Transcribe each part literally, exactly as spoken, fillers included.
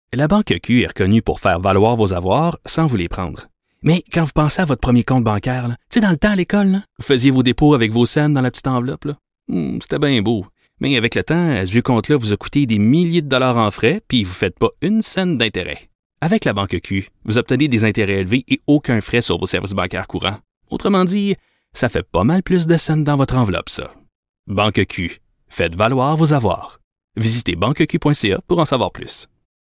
La Banque Q est reconnue pour faire valoir vos avoirs sans vous les prendre. Mais quand vous pensez à votre premier compte bancaire, tu sais, dans le temps à l'école, là, vous faisiez vos dépôts avec vos scènes dans la petite enveloppe. Là. Hum, c'était bien beau. Mais avec le temps, à ce vieux compte-là vous a coûté des milliers de dollars en frais, puis vous ne faites pas une scène d'intérêt. Avec la Banque Q, vous obtenez des intérêts élevés et aucun frais sur vos services bancaires courants. Autrement dit, ça fait pas mal plus de scènes dans votre enveloppe, ça. Banque Q. Faites valoir vos avoirs. Visitez banque q point c a pour en savoir plus.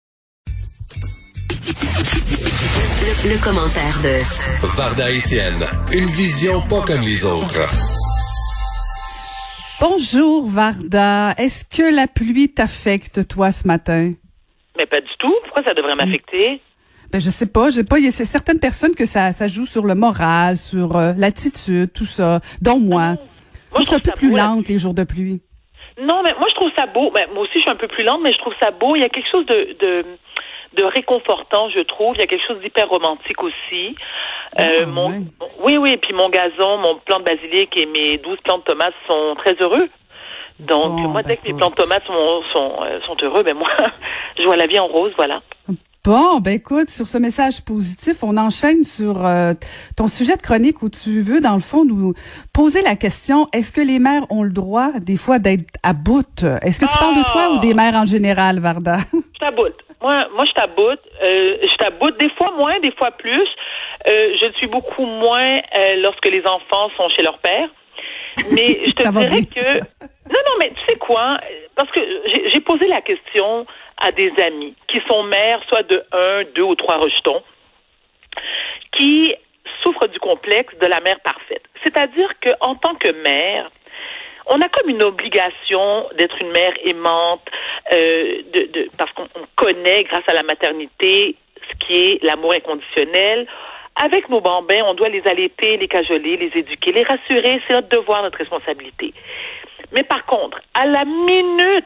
Le, le commentaire de Varda Étienne, une vision pas comme les autres. Bonjour Varda, est-ce que la pluie t'affecte toi ce matin? Mais pas du tout. Pourquoi ça devrait m'affecter? Ben je sais pas, j'ai pas. Il y a certaines personnes que ça, ça joue sur le moral, sur euh, l'attitude, tout ça. Dont moi. Ah, moi, moi je suis un peu plus beau, lente les jours de pluie. Non, mais moi je trouve ça beau. Ben, moi aussi je suis un peu plus lente, mais je trouve ça beau. Il y a quelque chose de de, de réconfortant, je trouve. Il y a quelque chose d'hyper romantique aussi. Euh, oh, mon, ouais. Oui, oui. Puis mon gazon, mon plant de basilic et mes douze plants de tomates sont très heureux. Donc bon, moi, ben, dès que mes plants de tomates sont sont, euh, sont heureux, ben moi je vois la vie en rose, voilà. Bon, ben écoute, sur ce message positif, on enchaîne sur euh, ton sujet de chronique où tu veux, dans le fond, nous poser la question, est-ce que les mères ont le droit, des fois, d'être à bout? Est-ce que tu ah! parles de toi ou des mères en général, Varda? Je t'aboute. Moi, moi, je t'aboute. Euh, je t'aboute des fois moins, des fois plus. Euh, je le suis beaucoup moins euh, lorsque les enfants sont chez leur père. Mais je te dirais bien, que... Non, non, mais tu sais quoi? Parce que j'ai, j'ai posé la question à des amis qui sont mères, soit de un, deux ou trois rejetons, qui souffrent du complexe de la mère parfaite. C'est-à-dire qu'en tant que mère, on a comme une obligation d'être une mère aimante, euh, de, de, parce qu'on on connaît, grâce à la maternité, ce qui est l'amour inconditionnel. Avec nos bambins, on doit les allaiter, les cajoler, les éduquer, les rassurer. C'est notre devoir, notre responsabilité. Mais par contre, à la minute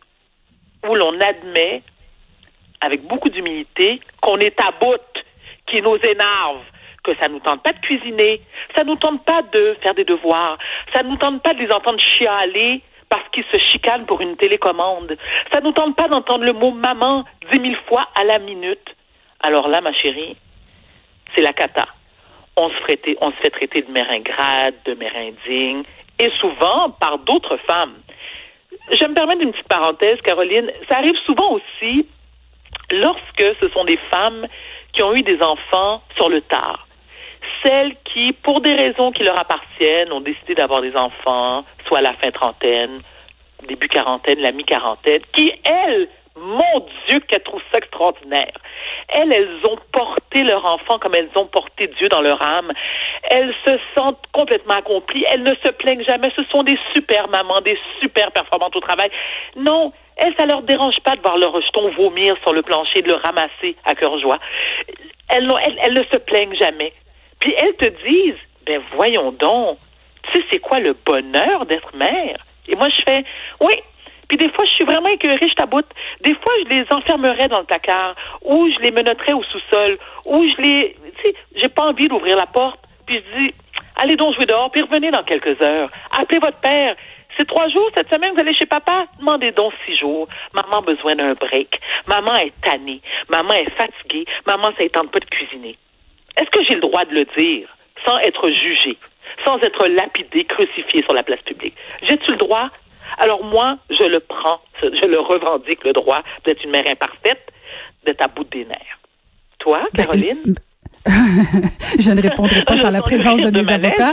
où l'on admet, avec beaucoup d'humilité, qu'on est à bout, qui nous énerve, que ça nous tente pas de cuisiner, ça nous tente pas de faire des devoirs, ça nous tente pas de les entendre chialer parce qu'ils se chicanent pour une télécommande, ça nous tente pas d'entendre le mot maman dix mille fois à la minute. Alors là, ma chérie, c'est la cata. On se fait, on se fait traiter de mère ingrate, de mère indigne, et souvent par d'autres femmes. Je me permets d'une petite parenthèse, Caroline. Ça arrive souvent aussi lorsque ce sont des femmes qui ont eu des enfants sur le tard. Celles qui, pour des raisons qui leur appartiennent, ont décidé d'avoir des enfants, soit à la fin trentaine, début quarantaine, la mi-quarantaine, qui, elles, mon Dieu, qu'elles trouvent ça extraordinaire. Elles, elles ont porté leur enfant comme elles ont porté Dieu dans leur âme. Elles se sentent complètement accomplies. Elles ne se plaignent jamais. Ce sont des super mamans, des super performantes au travail. Non, elles, ça leur dérange pas de voir leur rejeton vomir sur le plancher, de le ramasser à cœur joie. Elles, elles, elles ne se plaignent jamais. Puis elles te disent, ben voyons donc, tu sais c'est quoi le bonheur d'être mère? Et moi je fais, oui. Puis des fois, je suis vraiment écœurée, je t'aboute. Des fois, je les enfermerais dans le placard, ou je les menotterais au sous-sol, ou je les... Tu sais, j'ai pas envie d'ouvrir la porte. Puis je dis, allez donc jouer dehors, puis revenez dans quelques heures. Appelez votre père. C'est trois jours, cette semaine, vous allez chez papa? Demandez donc six jours. Maman a besoin d'un break. Maman est tannée. Maman est fatiguée. Maman, ça ne tente pas de cuisiner. Est-ce que j'ai le droit de le dire sans être jugée, sans être lapidée, crucifiée sur la place publique? J'ai-tu le droit? Alors moi, je le prends, je le revendique, le droit d'être une mère imparfaite, d'être à bout des nerfs. Toi, Caroline? Ben, je ne répondrai pas sans la présence de, de mes avocats.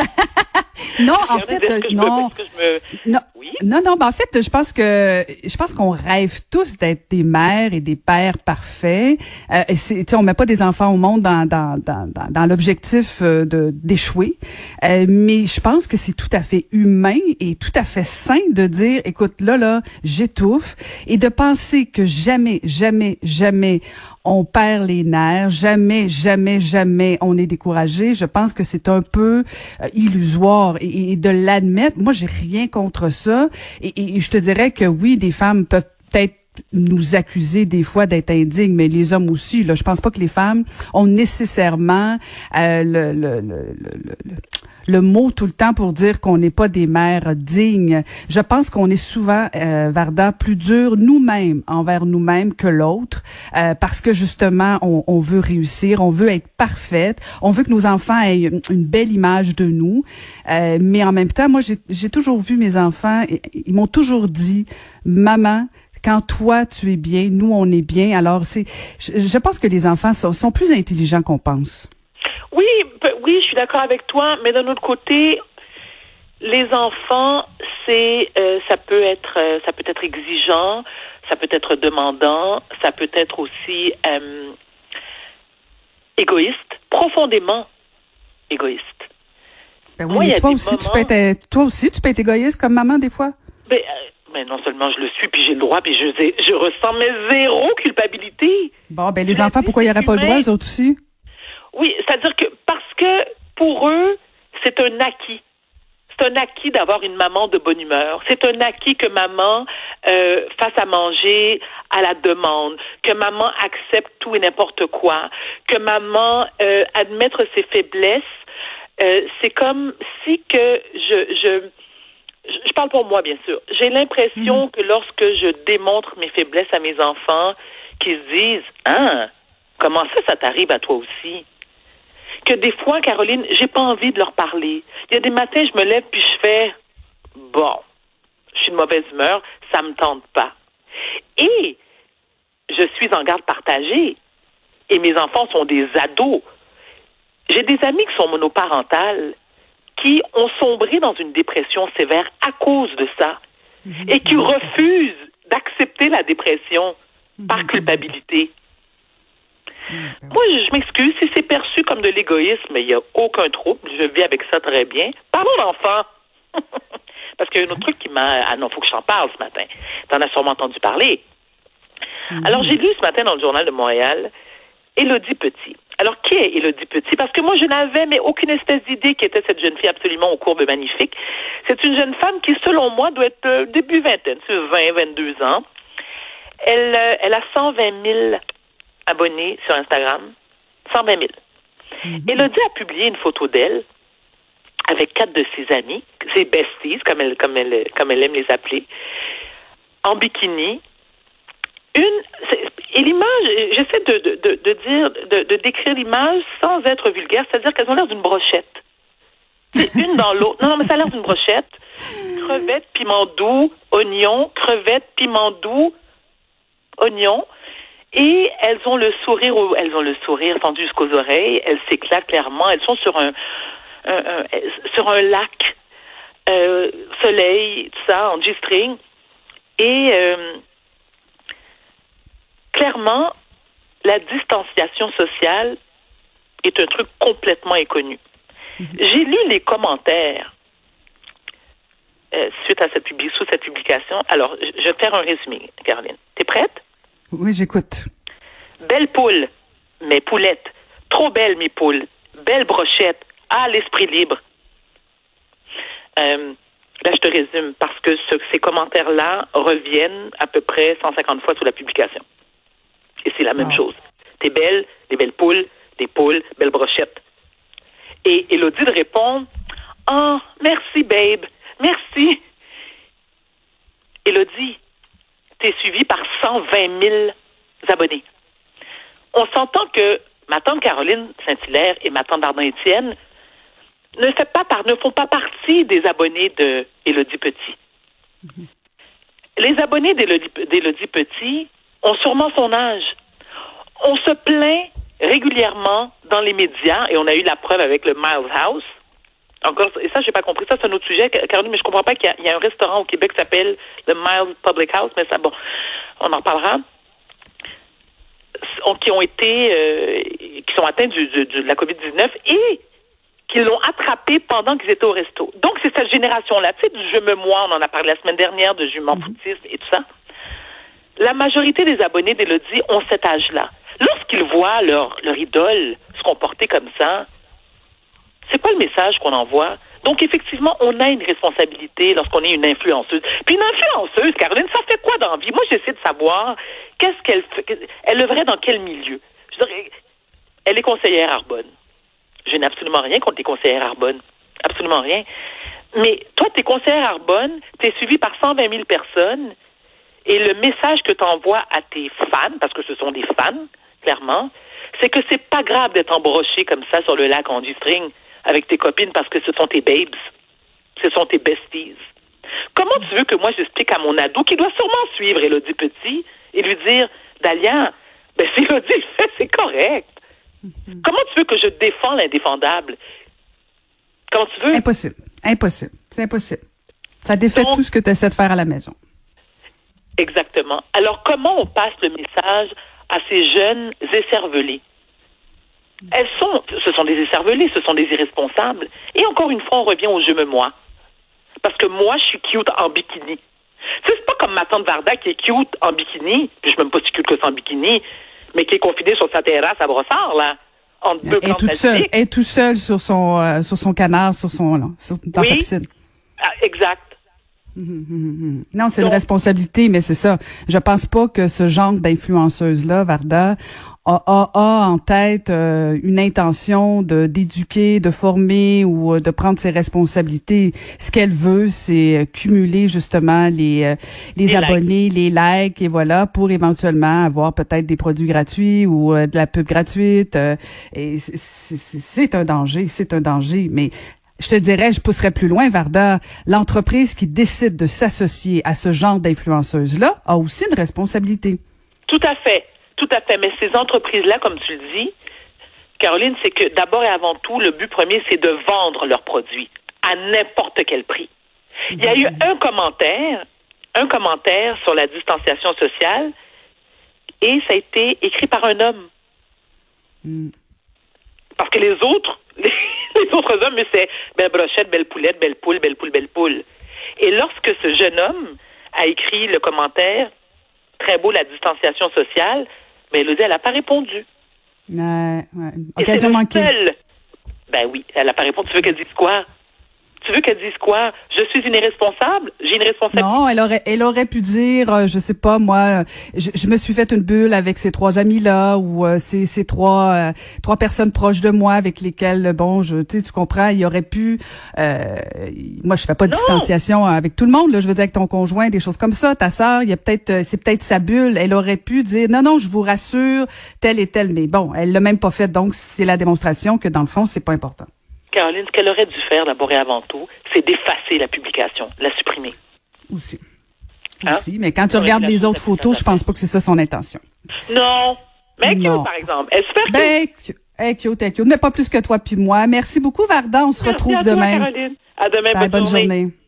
Non, en fait, non. Me... Non, oui? non, non, ben en fait, je pense que je pense qu'on rêve tous d'être des mères et des pères parfaits. Euh, c'est, on met pas des enfants au monde dans dans dans dans, dans l'objectif de d'échouer, euh, mais je pense que c'est tout à fait humain et tout à fait sain de dire, écoute, là là, j'étouffe, et de penser que jamais, jamais, jamais on perd les nerfs, jamais, jamais, jamais on est découragé. Je pense que c'est un peu euh, illusoire et, et de l'admettre. Moi, j'ai rien contre ça et, et je te dirais que oui, des femmes peuvent peut-être nous accuser des fois d'être indignes, mais les hommes aussi. Là, je pense pas que les femmes ont nécessairement euh, le, le, le, le, le le mot tout le temps pour dire qu'on n'est pas des mères dignes. Je pense qu'on est souvent, euh, Varda, plus dur nous-mêmes envers nous-mêmes que l'autre, euh, parce que justement, on, on veut réussir, on veut être parfaite, on veut que nos enfants aient une, une belle image de nous. Euh, mais en même temps, moi, j'ai, j'ai toujours vu mes enfants, ils m'ont toujours dit, maman, quand toi, tu es bien, nous, on est bien. Alors, c'est, je, je pense que les enfants sont, sont plus intelligents qu'on pense. Oui, oui, je suis d'accord avec toi, mais d'un autre côté, les enfants, c'est, euh, ça peut être, euh, ça peut être exigeant, ça peut être demandant, ça peut être aussi euh, égoïste, profondément égoïste. Ben oui, Moi, mais toi aussi, moments... tu peux être, toi aussi, tu peux être égoïste comme maman des fois. Ben, euh, mais non seulement je le suis, puis j'ai le droit, puis je, je ressens mes zéro culpabilité. Bon, ben les je enfants, pourquoi ils n'auraient pas le droit, eux autres aussi? Oui, c'est-à-dire que parce que pour eux, c'est un acquis. C'est un acquis d'avoir une maman de bonne humeur. C'est un acquis que maman euh, fasse à manger à la demande, que maman accepte tout et n'importe quoi, que maman euh, admettre ses faiblesses. Euh, c'est comme si que je, je, je parle pour moi, bien sûr. J'ai l'impression mmh. que lorsque je démontre mes faiblesses à mes enfants, qu'ils se disent, hein, comment ça, ça t'arrive à toi aussi? Que des fois, Caroline, j'ai pas envie de leur parler. Il y a des matins, je me lève puis je fais, bon, je suis de mauvaise humeur, ça me tente pas. Et je suis en garde partagée. Et mes enfants sont des ados. J'ai des amis qui sont monoparentales, qui ont sombré dans une dépression sévère à cause de ça, et qui refusent d'accepter la dépression par culpabilité. Moi, je m'excuse, si c'est perçu comme de l'égoïsme, il n'y a aucun trouble, je vis avec ça très bien. Parlons d'enfants. Parce qu'il y a un autre truc qui m'a... Ah non, il faut que je t'en parle ce matin. Tu en as sûrement entendu parler. Mm-hmm. Alors, j'ai lu ce matin dans le Journal de Montréal, Élodie Petit. Alors, qui est Élodie Petit? Parce que moi, je n'avais mais aucune espèce d'idée qui était cette jeune fille absolument aux courbes magnifiques. C'est une jeune femme qui, selon moi, doit être euh, début vingtaine, c'est vingt, vingt-deux ans. Elle, euh, elle a cent vingt mille abonnés sur Instagram. cent vingt mille. Mm-hmm. Élodie a publié une photo d'elle avec quatre de ses amis, ses besties, comme elle, comme elle, comme elle aime les appeler, en bikini. Une, et l'image, j'essaie de, de, de, de dire, de, de décrire l'image sans être vulgaire, c'est-à-dire qu'elles ont l'air d'une brochette. C'est une dans l'autre. Non, non, mais ça a l'air d'une brochette. Crevettes, piment doux, oignon, crevettes, piment doux, oignon. Et elles ont le sourire, elles ont le sourire tendu jusqu'aux oreilles. Elles s'éclatent clairement. Elles sont sur un, un, un sur un lac, euh, soleil, tout ça, en G-string. Et euh, clairement, la distanciation sociale est un truc complètement inconnu. Mm-hmm. J'ai lu les commentaires euh, suite à cette publi- sous cette publication. Alors, je vais faire un résumé, Caroline. T'es prête? Oui, j'écoute. Belle poule, mais poulette. Trop belle, mes poules. Belle brochette. Ah, l'esprit libre. Euh, là, je te résume, parce que ce, ces commentaires-là reviennent à peu près cent cinquante fois sous la publication. Et c'est la même wow. chose. T'es belle, des belles poules, des poules, belle brochette. Et Élodie répond, « Oh, merci, babe. Merci. » Élodie, t'es suivie par cent vingt mille abonnés. On s'entend que ma tante Caroline Saint-Hilaire et ma tante Dardan-Étienne ne, fait pas par, ne font pas partie des abonnés de Élodie Petit. Mm-hmm. Les abonnés d'Élodie, d'Élodie Petit ont sûrement son âge. On se plaint régulièrement dans les médias, et on a eu la preuve avec le Miles House. Encore, et ça, j'ai pas compris. Ça, c'est un autre sujet, Caroline, mais je comprends pas qu'il y a, il y a un restaurant au Québec qui s'appelle le Miles Public House, mais ça, bon, on en reparlera. Qui ont été, euh, qui sont atteints du, du, de la covid dix-neuf et qui l'ont attrapé pendant qu'ils étaient au resto. Donc, c'est cette génération-là, tu sais, du je me moi, on en a parlé la semaine dernière, de je m'en foutiste et tout ça. La majorité des abonnés d'Élodie ont cet âge-là. Lorsqu'ils voient leur, leur idole se comporter comme ça, c'est quoi le message qu'on envoie? Donc, effectivement, on a une responsabilité lorsqu'on est une influenceuse. Puis une influenceuse, Caroline, ça fait quoi dans la vie? Moi, j'essaie de savoir qu'est-ce qu'elle fait. Elle œuvrait dans quel milieu? Je veux dire, elle est conseillère Arbonne. Je n'ai absolument rien contre les conseillères Arbonne. Absolument rien. Mais toi, tu es conseillère Arbonne, tu es suivi par cent vingt mille personnes, et le message que tu envoies à tes fans, parce que ce sont des fans, clairement, c'est que c'est pas grave d'être embroché comme ça sur le lac en G-string avec tes copines parce que ce sont tes babes. Ce sont tes besties. Comment tu veux que moi j'explique à mon ado qui doit sûrement suivre Élodie Petit et lui dire, Dalia, ben si Élodie le fait, c'est correct. Mm-hmm. Comment tu veux que je défends l'indéfendable? Comment tu veux? Impossible. Impossible. C'est impossible. Ça défait Donc, tout ce que tu essaies de faire à la maison. Exactement. Alors, comment on passe le message à ces jeunes écervelés? Elles sont, ce sont des écervelés, ce sont des irresponsables. Et encore une fois, on revient au « je me moi ». Parce que moi, je suis cute en bikini. Tu sais, c'est pas comme ma tante Varda qui est cute en bikini, puis je suis même pas si cute que ça en bikini, mais qui est confinée sur sa terrasse à Brossard, là. Elle est toute seule, elle est tout seule sur son euh, sur son canard, sur son là, sur, dans oui, sa piscine. Ah, exact. Mmh, mmh, mmh. Non, c'est Donc, une responsabilité, mais c'est ça. Je pense pas que ce genre d'influenceuse-là, Varda, a, a, a en tête euh, une intention de d'éduquer, de former ou euh, de prendre ses responsabilités. Ce qu'elle veut, c'est cumuler justement les euh, les, les abonnés, likes. les likes et voilà pour éventuellement avoir peut-être des produits gratuits ou euh, de la pub gratuite. Euh, et c'est, c'est, c'est un danger, c'est un danger, mais je te dirais, je pousserais plus loin, Varda. L'entreprise qui décide de s'associer à ce genre d'influenceuse-là a aussi une responsabilité. Tout à fait. Tout à fait. Mais ces entreprises-là, comme tu le dis, Caroline, c'est que d'abord et avant tout, le but premier, c'est de vendre leurs produits à n'importe quel prix. Il y a eu un commentaire, un commentaire sur la distanciation sociale et ça a été écrit par un homme. Mm. Parce que les autres, les, les autres hommes, c'est belle brochette, belle poulette, belle poule, belle poule, belle poule. Et lorsque ce jeune homme a écrit le commentaire, très beau la distanciation sociale, mais Élodie, elle n'a pas répondu. Ouais, ouais. Occasion manquée. Ben oui, elle n'a pas répondu. Tu veux qu'elle dise quoi? Tu veux qu'elle dise quoi? Je suis une irresponsable? J'ai une responsabilité? Non, elle aurait, elle aurait pu dire, euh, je sais pas, moi, je, je me suis fait une bulle avec ces trois amis-là ou euh, ces, ces trois, euh, trois personnes proches de moi avec lesquelles, bon, je, tu sais, tu comprends, il aurait pu, euh, moi, je fais pas de non. distanciation avec tout le monde, là, je veux dire avec ton conjoint, des choses comme ça, ta sœur, il y a peut-être, c'est peut-être sa bulle, elle aurait pu dire, non, non, je vous rassure, telle et telle, mais bon, elle l'a même pas fait, donc c'est la démonstration que dans le fond, c'est pas important. Caroline, ce qu'elle aurait dû faire d'abord et avant tout, c'est d'effacer la publication, la supprimer. Aussi. Hein? Aussi, mais quand tu regardes les autres photos, je pense pas que c'est ça son intention. Non. Mais elle est cute, par exemple. Elle se fait ben, cute. Elle est cute, elle est cute, mais pas plus que toi puis moi. Merci beaucoup, Varda. On se Merci retrouve à demain. Toi, Caroline. À demain, Bye, bonne, bonne journée. journée.